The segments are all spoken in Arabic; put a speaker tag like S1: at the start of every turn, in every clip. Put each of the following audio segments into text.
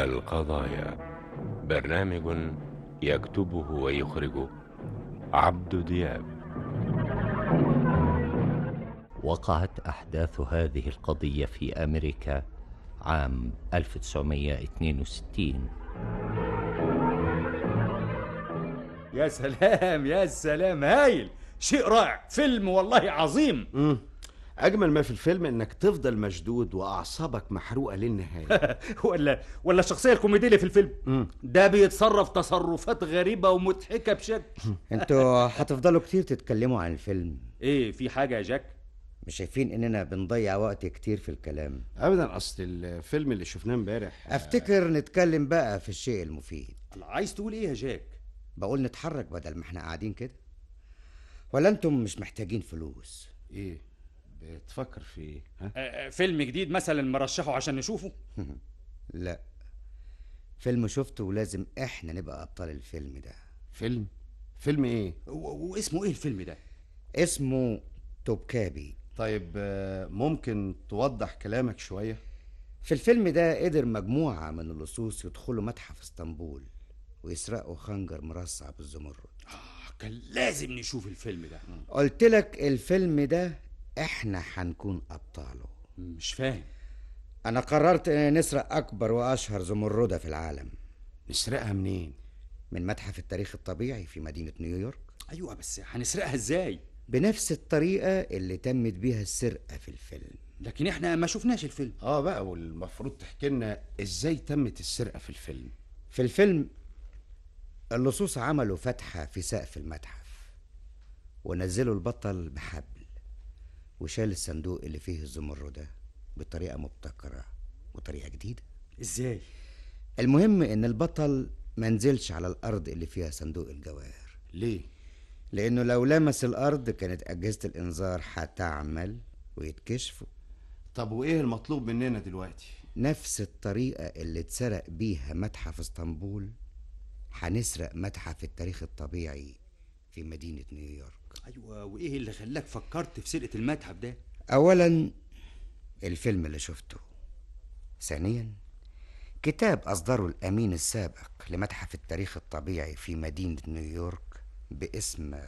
S1: القضايا، برنامج يكتبه ويخرجه عبد دياب.
S2: وقعت أحداث هذه القضية في أمريكا عام 1962.
S3: يا سلام يا سلام، هايل، شيء رائع، فيلم والله عظيم.
S4: أجمل ما في الفيلم إنك تفضل مشدود وأعصابك محروقة للنهاية.
S3: ولا الشخصية الكوميدية اللي في الفيلم ده بيتصرف تصرفات غريبة ومضحكة بشكل.
S5: انتوا هتفضلوا كتير تتكلموا عن الفيلم.
S3: ايه، في حاجة يا جاك؟
S5: مش شايفين اننا بنضيع وقت كتير في الكلام؟
S4: أبدا، أصل الفيلم اللي شفناه امبارح
S5: افتكر نتكلم بقى في الشيء المفيد.
S3: عايز تقول ايه يا جاك؟
S5: بقول نتحرك بدل ما احنا قاعدين كده. ولا انتم مش محتاجين فلوس؟
S4: إيه بتفكر في إيه؟ ها؟
S3: فيلم جديد مثلا مرشحه عشان نشوفه؟
S5: لا، فيلم شفته ولازم احنا نبقى ابطال الفيلم ده.
S4: فيلم إيه؟
S3: واسمه ايه الفيلم ده؟
S5: اسمه توبكابي.
S4: طيب ممكن توضح كلامك شوية؟
S5: في الفيلم ده قدر مجموعة من اللصوص يدخلوا متحف اسطنبول ويسرقوا خنجر مرصع بالزمرد.
S3: كان لازم نشوف الفيلم ده.
S5: قلت لك الفيلم ده احنا هنكون ابطاله.
S3: مش فاهم.
S5: انا قررت ان نسرق اكبر واشهر زمردة في العالم.
S4: نسرقها منين؟
S5: من متحف التاريخ الطبيعي في مدينة نيويورك.
S3: ايوه، بس هنسرقها ازاي؟
S5: بنفس الطريقة اللي تمت بيها السرقة في الفيلم.
S3: لكن احنا ما شفناش الفيلم.
S4: بقى، والمفروض تحكي لنا ازاي تمت السرقة في الفيلم.
S5: في الفيلم اللصوص عملوا فتحة في سقف المتحف ونزلوا البطل بحبل وشال الصندوق اللي فيه الزمردة بطريقة مبتكرة وطريقة جديدة.
S3: ازاي؟
S5: المهم ان البطل منزلش على الارض اللي فيها صندوق الجواهر.
S4: ليه؟
S5: لانه لو لمس الارض كانت اجهزة الانذار هتعمل ويتكشفوا.
S4: طب وايه المطلوب مننا دلوقتي؟
S5: نفس الطريقة اللي اتسرق بيها متحف اسطنبول هنسرق متحف التاريخ الطبيعي في مدينة نيويورك.
S3: ايوه، وايه اللي خلاك فكرت في سرقة المتحف ده؟
S5: اولا الفيلم اللي شفته، ثانيا كتاب اصدره الامين السابق لمتحف التاريخ الطبيعي في مدينة نيويورك باسم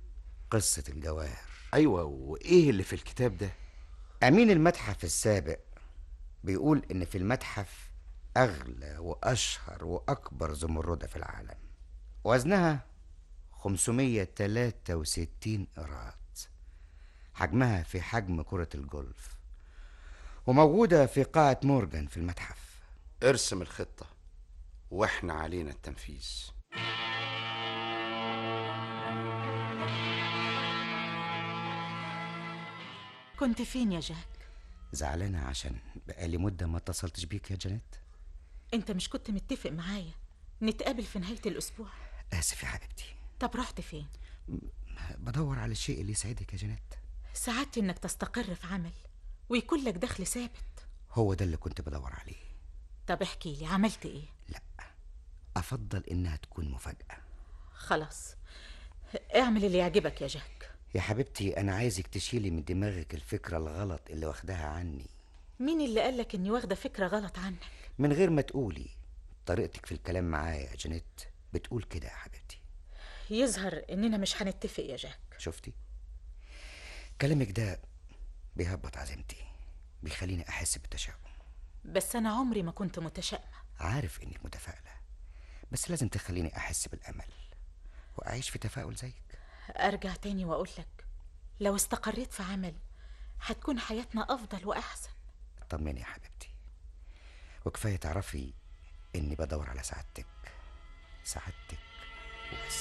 S5: قصة الجواهر.
S4: ايوه، وايه اللي في الكتاب ده؟
S5: امين المتحف السابق بيقول ان في المتحف اغلى واشهر واكبر زمردة في العالم، وزنها 563 قيراط، حجمها في حجم كرة الجولف، وموجودة في قاعة مورجان في المتحف.
S4: ارسم الخطة واحنا علينا التنفيذ.
S6: كنت فين يا جاك؟
S5: زعلانة عشان بقالي مدة ما اتصلتش بيك يا جانيت.
S6: انت مش كنت متفق معايا نتقابل في نهاية الأسبوع؟
S5: آسف يا حبيبتي.
S6: طب رحت فين؟
S5: بدور على الشيء اللي يسعدك يا جانيت.
S6: سعادتي انك تستقر في عمل ويكون لك دخل ثابت.
S5: هو ده اللي كنت بدور عليه.
S6: طب احكي لي عملت ايه؟
S5: لا، أفضل إنها تكون مفاجأة.
S6: خلاص، اعمل اللي يعجبك يا جاك.
S5: يا حبيبتي أنا عايزك تشيلي من دماغك الفكرة الغلط اللي واخداها عني.
S6: مين اللي قالك اني واخدة فكرة غلط عنك؟
S5: من غير ما تقولي، طريقتك في الكلام معايا يا جانيت بتقول كده يا حبيبتي.
S6: يظهر اننا مش هنتفق يا جاك.
S5: شفتي؟ كلامك ده بيهبط عزيمتي، بيخليني أحس بالتشاؤم.
S6: بس انا عمري ما كنت متشائمة.
S5: عارف إنك متفائلة، بس لازم تخليني أحس بالأمل وأعيش في تفاؤل زيك.
S6: ارجع تاني واقولك، لو استقريت في عمل هتكون حياتنا افضل واحسن.
S5: اطمني يا حبيبتي، وكفاية تعرفي إني بدور على سعادتك، سعادتك وبس.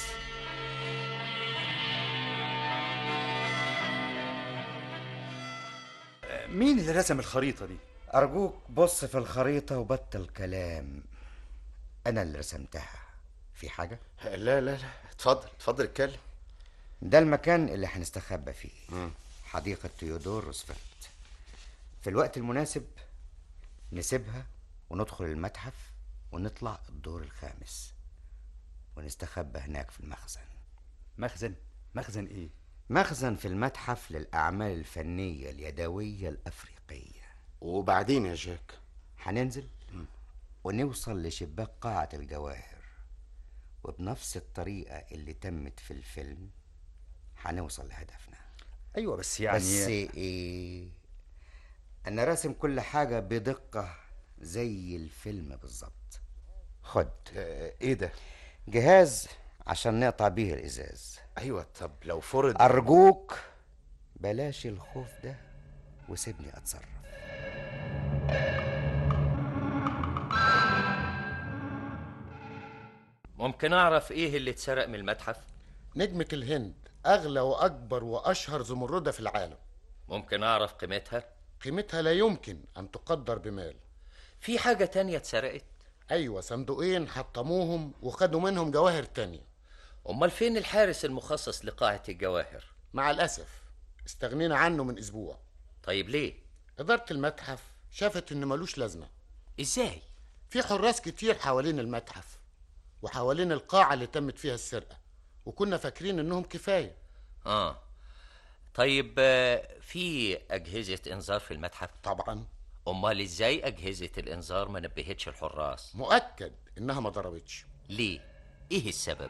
S3: مين اللي رسم الخريطة دي؟
S5: أرجوك بص في الخريطة وبطل كلام. أنا اللي رسمتها. في حاجة؟
S4: لا لا لا، اتفضل اتكلم.
S5: ده المكان اللي هنستخبى فيه. حديقة تيودور روزفلت. في الوقت المناسب نسيبها وندخل المتحف ونطلع الدور الخامس ونستخبى هناك في المخزن.
S3: مخزن ايه؟
S5: مخزن في المتحف للأعمال الفنية اليدوية الأفريقية.
S4: وبعدين يا جاك؟
S5: هننزل ونوصل لشباك قاعة الجواهر، وبنفس الطريقة اللي تمت في الفيلم هنوصل لهدفنا.
S3: ايوه بس
S5: بس ايه، انا راسم كل حاجة بدقة زي الفيلم بالظبط. خد.
S4: ايه ده؟
S5: جهاز عشان نقطع بيه الازاز.
S4: ايوه، طب لو فرض
S5: ارجوك بلاش الخوف ده وسيبني اتصرف.
S2: ممكن أعرف إيه اللي اتسرق من المتحف؟
S7: نجمة الهند أغلى وأكبر وأشهر زمردة في العالم.
S2: ممكن أعرف قيمتها؟
S7: قيمتها لا يمكن أن تقدر بمال.
S2: في حاجة تانية اتسرقت؟
S7: أيوة، صندوقين حطموهم وخدوا منهم جواهر تانية.
S2: أمال فين الحارس المخصص لقاعة الجواهر؟
S7: مع الأسف استغنينا عنه من أسبوع.
S2: طيب ليه؟
S7: إدارة المتحف شافت إن ملوش لازمة.
S2: إزاي؟
S7: في حراس كتير حوالين المتحف وحوالين القاعة اللي تمت فيها السرقة، وكنا فاكرين إنهم كفاية.
S2: طيب في أجهزة إنذار في المتحف؟
S7: طبعا.
S2: أمال إزاي أجهزة الإنذار ما نبهتش الحراس؟
S7: مؤكد إنها ما ضربتش.
S2: ليه؟ إيه السبب؟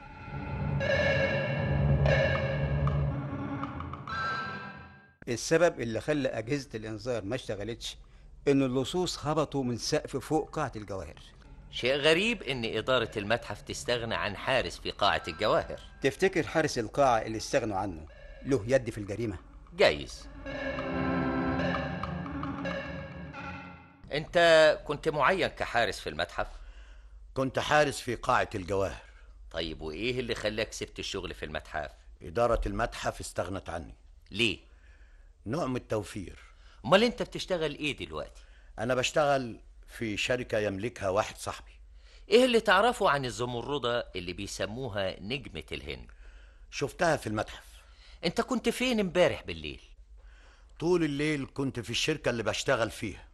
S8: السبب اللي خلى أجهزة الإنذار ما اشتغلتش إن اللصوص هبطوا من سقف فوق قاعة الجواهر.
S2: شيء غريب إن إدارة المتحف تستغنى عن حارس في قاعة الجواهر.
S8: تفتكر حارس القاعة اللي استغنوا عنه له يد في الجريمة؟
S2: جايز. أنت كنت معين كحارس في المتحف؟
S9: كنت حارس في قاعة الجواهر.
S2: طيب وإيه اللي خلاك سبت الشغل في المتحف؟
S9: إدارة المتحف استغنت عني.
S2: ليه؟
S9: نوع من التوفير.
S2: أمال أنت بتشتغل إيه دلوقتي؟
S9: أنا بشتغل في شركة يملكها واحد صاحبي.
S2: إيه اللي تعرفه عن الزمردة اللي بيسموها نجمة الهند؟
S9: شفتها في المتحف.
S2: أنت كنت فين امبارح بالليل؟
S9: طول الليل كنت في الشركة اللي بشتغل فيها.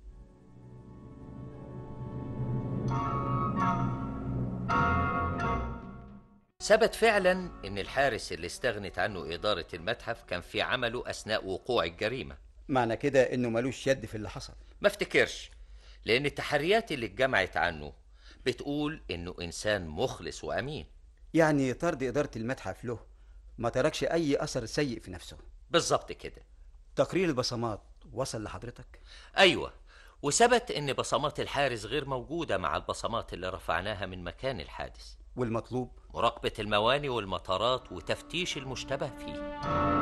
S2: ثبت فعلا ان الحارس اللي استغنت عنه إدارة المتحف كان في عمله أثناء وقوع الجريمة.
S8: معنى كده إنه ملوش يد في اللي حصل؟
S2: ما افتكرش، لأن التحريات اللي اتجمعت عنه بتقول إنه إنسان مخلص وأمين.
S8: يعني طرد إدارة المتحف له ما تركش أي أثر سيء في نفسه؟
S2: بالظبط كده.
S8: تقرير البصمات وصل لحضرتك؟
S2: أيوة، وثبت إن بصمات الحارس غير موجودة مع البصمات اللي رفعناها من مكان الحادث.
S8: والمطلوب؟
S2: مراقبة المواني والمطارات وتفتيش المشتبه فيه.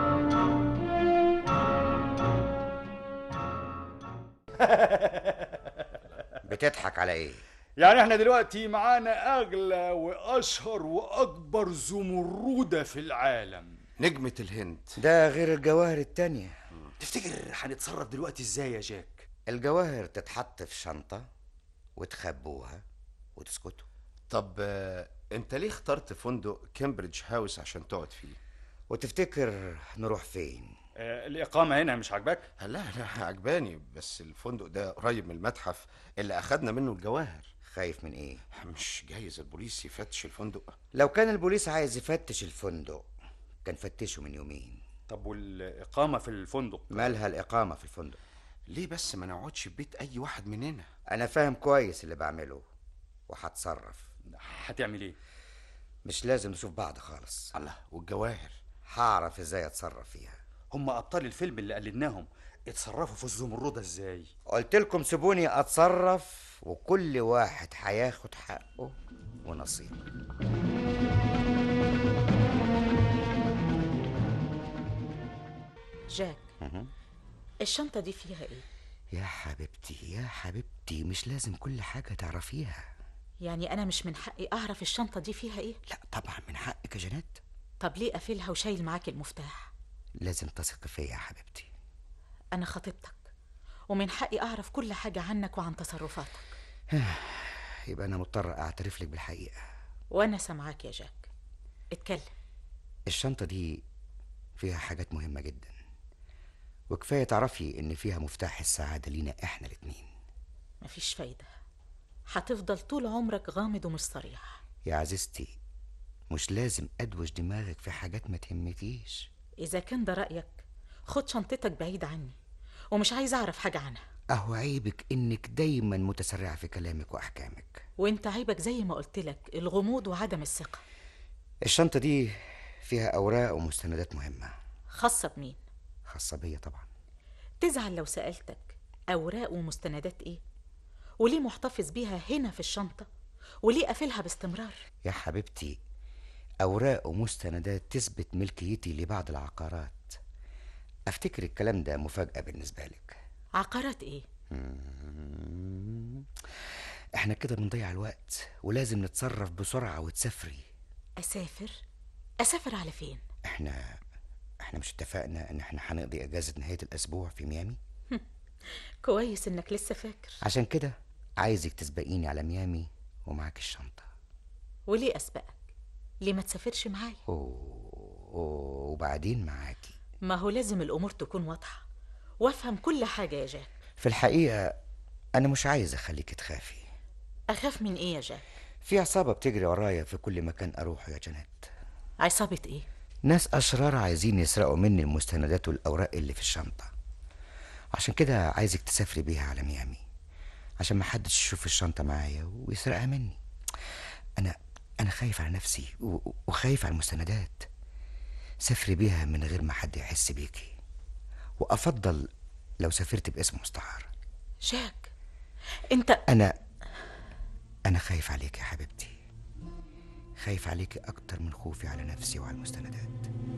S5: بتضحك على ايه؟
S3: يعني احنا دلوقتي معانا اغلى واشهر واكبر زمردة في العالم،
S4: نجمة الهند.
S5: ده غير الجواهر التانية.
S3: تفتكر هنتصرف دلوقتي ازاي يا جاك؟
S5: الجواهر تتحط في شنطة وتخبوها وتسكتوا.
S4: طب انت ليه اخترت فندق كامبريدج هاوس عشان تقعد فيه؟
S5: وتفتكر نروح فين؟
S3: الإقامة هنا مش عاجباك؟
S4: لا عجباني، بس الفندق ده قريب من المتحف اللي أخدنا منه الجواهر.
S5: خايف من ايه؟
S4: مش جايز البوليس يفتش الفندق؟
S5: لو كان البوليس عايز يفتش الفندق كان فتشه من يومين.
S3: طب والإقامة في الفندق؟
S5: مالها الإقامة في الفندق؟
S4: ليه بس ما نقعدش في بيت أي واحد مننا؟
S5: أنا فاهم كويس اللي بعمله وهتصرف.
S3: هتعمل ايه؟
S5: مش لازم نشوف بعض خالص.
S4: الله، والجواهر
S5: هعرف ازاي اتصرف فيها.
S3: هم ابطال الفيلم اللي قلدناهم اتصرفوا في الزمردة ازاي؟
S5: قلت لكم سيبوني اتصرف، وكل واحد هياخد حقه ونصيبه.
S6: جاك، الشنطة دي فيها ايه؟
S5: يا حبيبتي يا حبيبتي، مش لازم كل حاجة تعرفيها.
S6: يعني انا مش من حقي اعرف الشنطة دي فيها ايه؟
S5: لا طبعا من حقك يا جنات.
S6: طب ليه قافلها وشايل معاك المفتاح؟
S5: لازم تثقي فيا يا حبيبتي.
S6: انا خطيبتك ومن حقي اعرف كل حاجة عنك وعن تصرفاتك.
S5: يبقى انا مضطر اعترف لك بالحقيقة.
S6: وانا سامعاك يا جاك، اتكلم.
S5: الشنطة دي فيها حاجات مهمة جدا، وكفاية تعرفي ان فيها مفتاح السعادة لينا احنا الاتنين.
S6: مفيش فايدة، هتفضل طول عمرك غامض ومش صريح.
S5: يا عزيزتي مش لازم ادوش دماغك في حاجات ما تهمكيش.
S6: اذا كان ده رأيك خد شنطتك بعيد عني، ومش عايز اعرف حاجة عنها.
S5: اهو عيبك انك دايما متسرعة في كلامك واحكامك.
S6: وانت عيبك زي ما قلت لك الغموض وعدم الثقة.
S5: الشنطة دي فيها اوراق ومستندات مهمة.
S6: خاصة بمين؟
S5: خاصة بيا طبعا.
S6: تزعل لو سألتك أوراق ومستندات إيه؟ وليه محتفظ بيها هنا في الشنطة؟ وليه قافلها باستمرار؟
S5: يا حبيبتي، اوراق ومستندات تثبت ملكيتي لبعض العقارات. افتكر الكلام ده مفاجأة بالنسبة لك.
S6: عقارات إيه؟
S5: احنا كده بنضيع الوقت ولازم نتصرف بسرعة وتسافري.
S6: أسافر؟ أسافر على فين؟
S5: احنا مش اتفقنا ان احنا هنقضي اجازة نهاية الاسبوع في ميامي؟
S6: كويس انك لسه فاكر.
S5: عشان كده عايزك تسبقيني على ميامي ومعاك الشنطة.
S6: وليه اسبقك؟ ليه ما تسافرش معايا؟
S5: وبعدين معاكي.
S6: ما هو لازم الامور تكون واضحة وافهم كل حاجة يا جاك.
S5: في الحقيقة انا مش عايز اخليك تخافي.
S6: اخاف من ايه يا جاك؟
S5: في عصابة بتجري ورايا في كل مكان اروحه يا جنات.
S6: عصابة ايه؟
S5: ناس اشرار عايزين يسرقوا مني المستندات والاوراق اللي في الشنطة. عشان كده عايزك تسافري بيها على ميامي عشان ما حدش يشوف الشنطة معايا ويسرقها مني. انا خايف على نفسي وخايف على المستندات. سافري بيها من غير ما حد يحس بيكي، وافضل لو سافرت باسم مستعار.
S6: جاك انت
S5: انا خايف عليك يا حبيبتي، خايف عليك اكتر من خوفي على نفسي وعلى المستندات.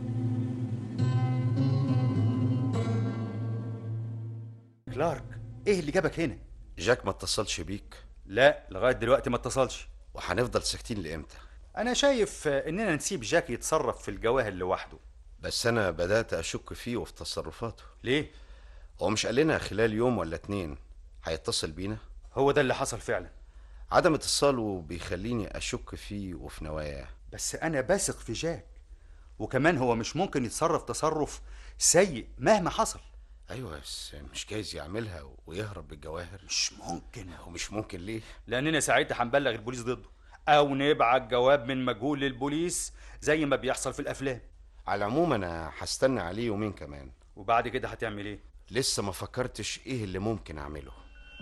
S3: كلارك، ايه اللي جابك هنا؟
S9: جاك ما اتصلش بيك؟
S3: لا، لغايه دلوقتي ما اتصلش.
S9: وهنفضل ساكتين لامتى؟
S3: انا شايف اننا نسيب جاك يتصرف في الجواهر لوحده.
S9: بس انا بدأت اشك فيه وفي تصرفاته.
S3: ليه؟
S9: هو مش قال لنا خلال يوم ولا 2 هيتصل بينا؟
S3: هو ده اللي حصل فعلا.
S9: عدم اتصاله بيخليني اشك فيه وفي نواياه.
S3: بس انا بثق في جاك، وكمان هو مش ممكن يتصرف تصرف سيء مهما حصل.
S9: ايوه، بس مش جايز يعملها ويهرب بالجواهر.
S3: مش ممكن.
S9: ومش ممكن ليه؟
S3: لاننا ساعتها هنبلغ البوليس ضده، او نبعت جواب من مجهول للبوليس زي ما بيحصل في الافلام.
S9: على العموم انا هستنى عليه يومين كمان.
S3: وبعد كده هتعمل ايه؟
S9: لسه ما فكرتش ايه اللي ممكن اعمله.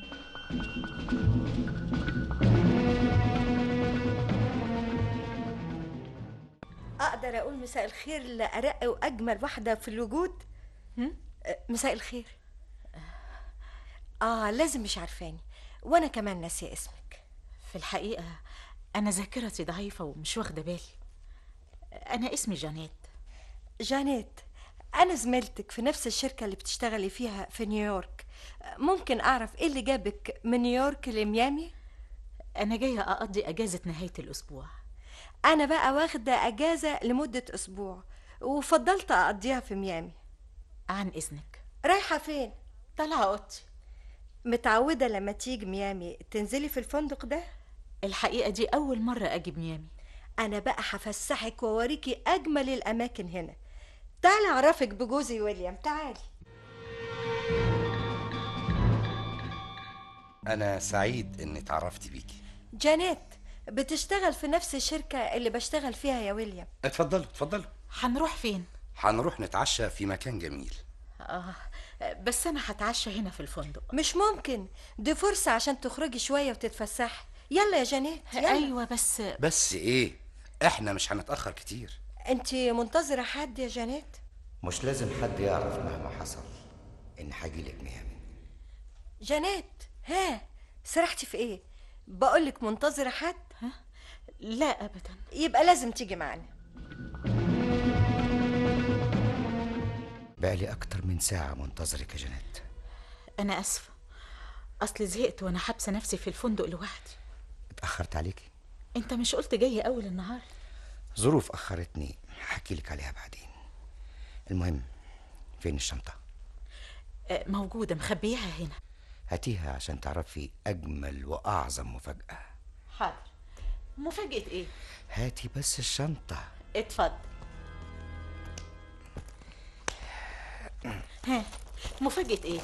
S10: اقدر اقول مساء الخير لأرق واجمل واحده في الوجود؟ مساء الخير. لازم مش عارفاني، وانا كمان ناسيه اسمك.
S6: في الحقيقة انا ذاكرتي ضعيفة ومش واخدة بالي. انا اسمي جانيت.
S10: جانيت، انا زميلتك في نفس الشركه اللي بتشتغلي فيها في نيويورك. ممكن اعرف ايه اللي جابك من نيويورك لميامي؟
S6: انا جاية اقضي اجازة نهاية الاسبوع.
S10: انا بقى واخده اجازه لمده اسبوع وفضلت اقضيها في ميامي.
S6: عن اذنك.
S10: رايحه فين؟
S6: طالعة اوضتي.
S10: متعوده لما تيجي ميامي تنزلي في الفندق ده؟
S6: الحقيقة دي اول مرة اجي ميامي.
S10: انا بقى هفسحك واوريكي اجمل الاماكن هنا. تعالي اعرفك بجوزي ويليام، تعالي.
S11: انا سعيد اني اتعرفت بيكي.
S10: جانيت بتشتغل في نفس الشركة اللي بشتغل فيها يا ويليام.
S11: اتفضلوا.
S6: هنروح فين؟
S11: هنروح نتعشى في مكان جميل.
S6: بس انا هتعشى هنا في الفندق.
S10: مش ممكن، دي فرصة عشان تخرجي شوية وتتفسحي. يلا يا جانيت يلا.
S6: ايوه
S11: بس ايه، احنا مش هنتأخر كتير.
S10: انتي منتظرة حد يا جانيت؟
S5: مش لازم حد يعرف مهما حصل ان هجيلك ميامي.
S10: جانيت، سرحتي في ايه؟ بقولك منتظرة حد؟
S6: لا ابدا.
S10: يبقى لازم تيجي معنا.
S5: بقالي اكتر من ساعة منتظرك يا جنات.
S6: انا اسفة، اصل زهقت وانا حابسة نفسي في الفندق لوحدي.
S5: اتأخرت عليكي؟
S6: انت مش قلت جاي اول النهار؟
S5: ظروف اخرتني، هحكيلك عليها بعدين. المهم، فين الشنطة؟
S6: موجودة، مخبيها هنا.
S5: هاتيها عشان تعرفي اجمل واعظم مفاجأة.
S6: حاضر. مفاجأة ايه؟
S5: هاتي بس الشنطة.
S6: اتفضل. مفاجأة ايه؟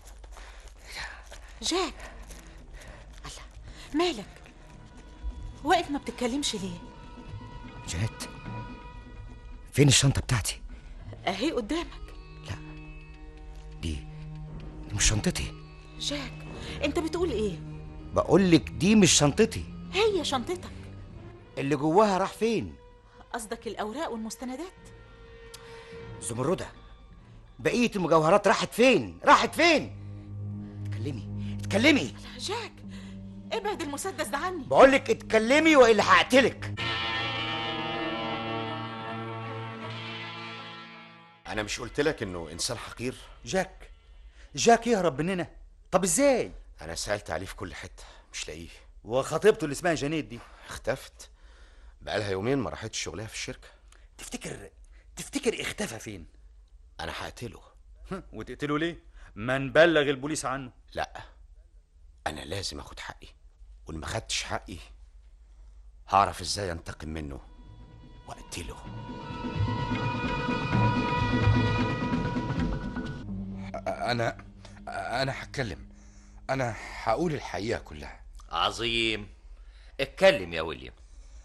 S6: جاك، الله، مالك؟ واقف ما بتتكلمش ليه؟
S5: جنات، فين الشنطة بتاعتي؟
S6: اهي قدامك.
S5: لا، دي مش شنطتي.
S6: جاك، انت بتقول ايه؟
S5: بقولك دي مش شنطتي.
S6: هي شنطتك.
S5: اللي جواها راح فين؟
S6: قصدك الاوراق والمستندات؟
S5: زمردة، بقية المجوهرات راحت فين؟ راحت فين؟ اتكلمي.
S6: جاك، ابعد المسدس ده عني.
S5: بقولك اتكلمي والا هقتلك.
S9: انا مش قلت لك انه انسان حقير؟
S3: جاك يهرب مننا. طب ازاي؟
S9: انا سألت عليه في كل حتة مش لاقيه.
S3: وخطيبته اللي اسمها جانيت دي
S9: اختفت، بقالها يومين ما راحتش شغلها في الشركة.
S3: تفتكر اختفى فين؟
S9: انا هقتله.
S3: وتقتله ليه؟ ما نبلغ البوليس عنه.
S9: لا، انا لازم اخد حقي، وان ما خدتش حقي هعرف ازاي انتقم منه واقتله.
S11: انا هتكلم، انا هقول الحقيقة كلها.
S2: عظيم، اتكلم يا ويليام.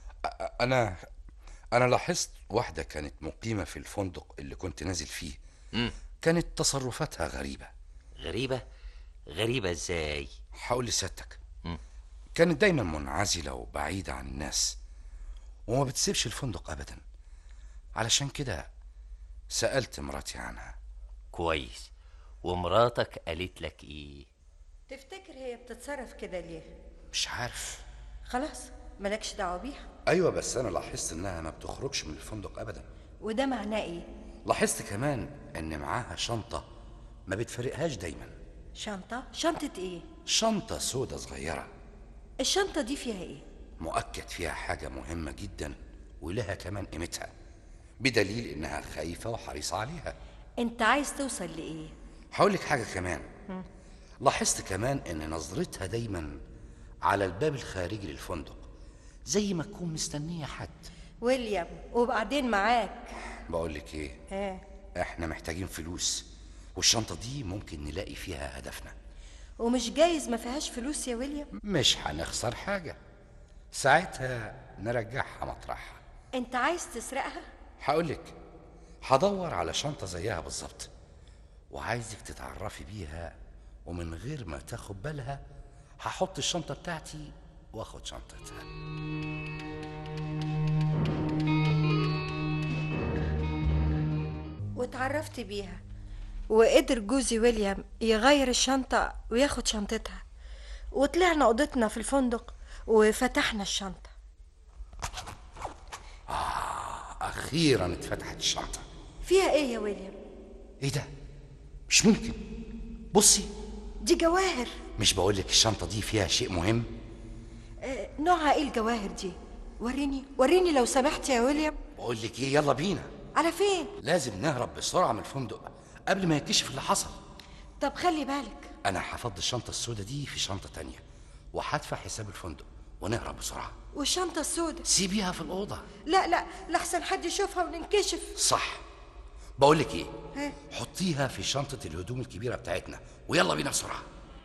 S11: انا لاحظت واحدة كانت مقيمة في الفندق اللي كنت نازل فيه. كانت تصرفاتها غريبة.
S2: غريبة ازاي؟
S11: هقول لسيادتك. كانت دايما منعزلة وبعيدة عن الناس، وما بتسيبش الفندق ابدا. علشان كده سألت مراتي عنها.
S2: كويس، ومراتك قالت لك ايه؟
S10: تفتكر هي بتتصرف كده ليه؟
S11: مش عارف.
S10: خلاص مالكش دعوة بيها.
S11: ايوه، بس انا لاحظت انها ما بتخرجش من الفندق ابدا.
S10: وده معناه ايه؟
S11: لاحظت كمان ان معاها شنطة ما بتفرقهاش دايما.
S10: شنطة ايه؟
S11: شنطة سودة صغيرة.
S10: الشنطة دي فيها ايه؟
S11: مؤكد فيها حاجة مهمة جدا ولها كمان قيمتها، بدليل انها خايفة وحريصة عليها.
S10: انت عايز توصل لايه؟
S11: هقولك حاجة كمان. لاحظت كمان ان نظرتها دايما على الباب الخارجي للفندق، زي ما تكون مستنية حد.
S10: ويليام، وبعدين معاك.
S11: بقولك ايه؟ احنا محتاجين فلوس، والشنطة دي ممكن نلاقي فيها هدفنا.
S10: ومش جايز ما فيهاش فلوس يا ويليام؟
S11: مش هنخسر حاجة، ساعتها نرجعها مطرحها.
S10: انت عايز تسرقها؟
S11: هقولك، هدور على شنطة زيها بالظبط، وعايزك تتعرفي بيها، ومن غير ما تاخد بالها هحط الشنطة بتاعتي واخد شنطتها.
S10: واتعرفت بيها، وقدر جوزي ويليام يغير الشنطة وياخد شنطتها، وطلعنا اوضتنا في الفندق وفتحنا الشنطة.
S11: أخيرا اتفتحت الشنطة.
S10: فيها ايه يا ويليام؟
S11: ايه ده؟ مش ممكن. بصي،
S10: دي جواهر.
S11: مش بقولك الشنطة دي فيها شيء مهم؟
S10: نوعها ايه الجواهر دي؟ وريني لو سمحت يا ويليام.
S11: بقولك ايه، يلا بينا.
S10: على فين؟
S11: لازم نهرب بسرعة من الفندق قبل ما يكتشف اللي حصل.
S10: طب خلي بالك.
S11: أنا هفضي الشنطة السوداء دي في شنطة تانية، وهدفع حساب الفندق ونهرب بسرعة.
S10: والشنطة السوداء
S11: سيبيها في الأوضة.
S10: لا لحسن حد يشوفها وننكشف.
S11: صح. بقولك ايه، حطيها في شنطة الهدوم الكبيرة بتاعتنا ويلا بينا بسرعة.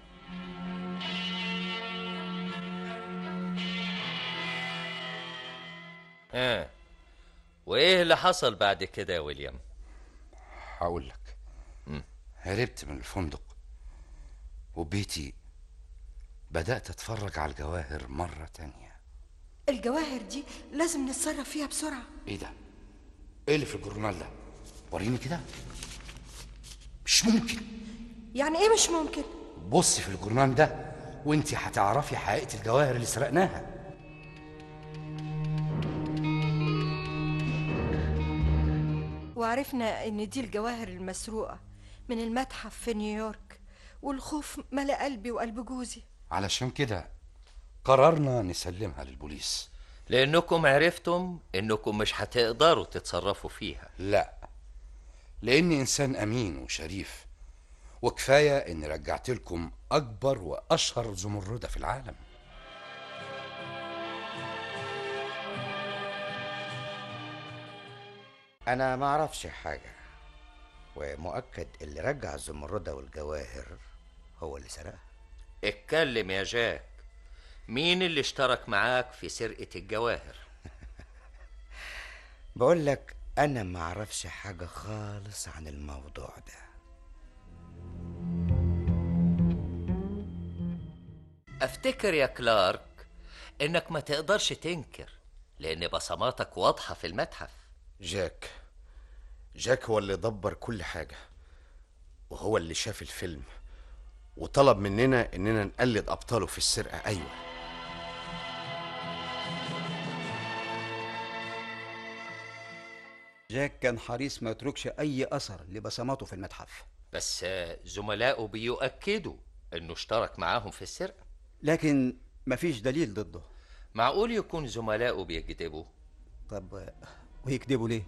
S2: وايه اللي حصل بعد كده يا ويليام؟
S11: هقولك. هربت من الفندق وبيتي، بدأت اتفرج على الجواهر مرة تانية.
S10: الجواهر دي لازم نتصرف فيها بسرعة.
S11: ايه ده؟ ايه اللي في الجورنال ده؟ وريني كده. مش ممكن.
S10: يعني ايه مش ممكن؟
S11: بصي في الجورنال ده وانتي هتعرفي حقيقة الجواهر اللي سرقناها.
S10: وعرفنا ان دي الجواهر المسروقة من المتحف في نيويورك، والخوف ملأ قلبي وقلب جوزي.
S11: علشان كده قررنا نسلمها للبوليس.
S2: لانكم عرفتم انكم مش هتقدروا تتصرفوا فيها.
S11: لا، لاني انسان امين وشريف، وكفاية اني رجعت لكم اكبر واشهر زمردة في العالم.
S5: انا ما اعرفش حاجة، ومؤكد اللي رجع الزمردة والجواهر هو اللي سرقها.
S2: اتكلم يا جاك، مين اللي اشترك معاك في سرقة الجواهر؟
S5: بقول لك انا ما اعرفش حاجة خالص عن الموضوع ده.
S2: افتكر يا كلارك انك ما تقدرش تنكر، لان بصماتك واضحة في المتحف.
S9: جاك هو اللي دبر كل حاجة، وهو اللي شاف الفيلم وطلب مننا اننا نقلد ابطاله في السرقة. ايوه،
S8: جاك كان حريص ما يتركش اي اثر لبصماته في المتحف،
S2: بس زملائه بيؤكدوا انه اشترك معاهم في السرقة.
S8: لكن مفيش دليل ضده.
S2: معقول يكون زملائه بيكذبوا؟
S8: طب ويكذبوا ليه؟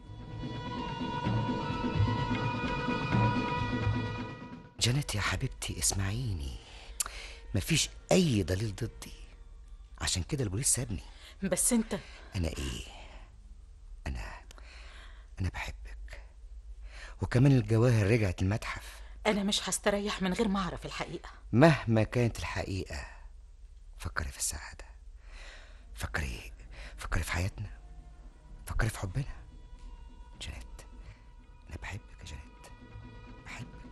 S5: جانيت يا حبيبتي اسمعيني، مفيش اي دليل ضدي، عشان كده البوليس سابني.
S6: بس انت.
S5: انا ايه؟ انا بحبك، وكمان الجواهر رجعت المتحف.
S6: انا مش هستريح من غير ما اعرف الحقيقة.
S5: مهما كانت الحقيقة فكري في السعادة، فكري في حياتنا، فكري في حبنا. جانيت، انا بحبك يا جانيت، بحبك.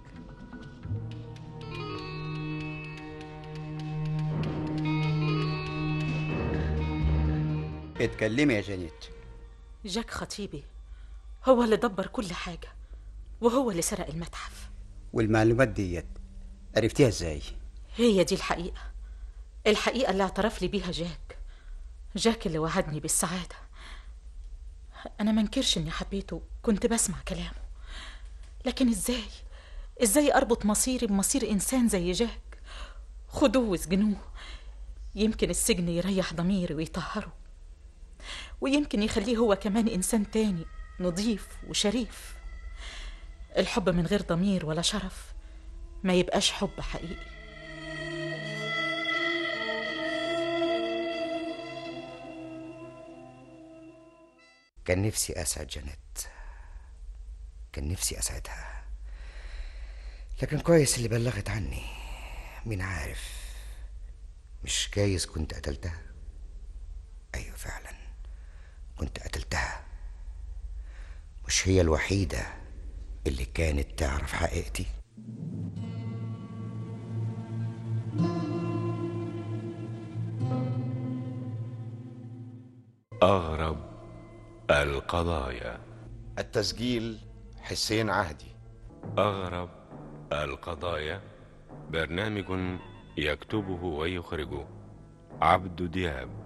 S8: اتكلمي يا جانيت.
S6: جاك خطيبي هو اللي دبر كل حاجة، وهو اللي سرق المتحف.
S8: والمعلومات ديت عرفتيها ازاي؟
S6: هي دي الحقيقة اللي اعترف لي بيها جاك اللي وعدني بالسعادة. أنا منكرش إني حبيته، كنت بسمع كلامه، لكن إزاي أربط مصيري بمصير إنسان زي جاك؟ خدوه وسجنوه، يمكن السجن يريح ضميري ويطهره، ويمكن يخليه هو كمان إنسان تاني نظيف وشريف. الحب من غير ضمير ولا شرف ما يبقاش حب حقيقي.
S5: كان نفسي أسعد جانيت، كان نفسي أسعدها، لكن كويس اللي بلغت عني. مين عارف، مش جايز كنت قتلتها. أيوة فعلا كنت قتلتها، مش هي الوحيدة اللي كانت تعرف حقيقتي.
S1: أغرب القضايا.
S9: التسجيل حسين عهدي.
S1: أغرب القضايا، برنامج يكتبه ويخرجه عبد دياب.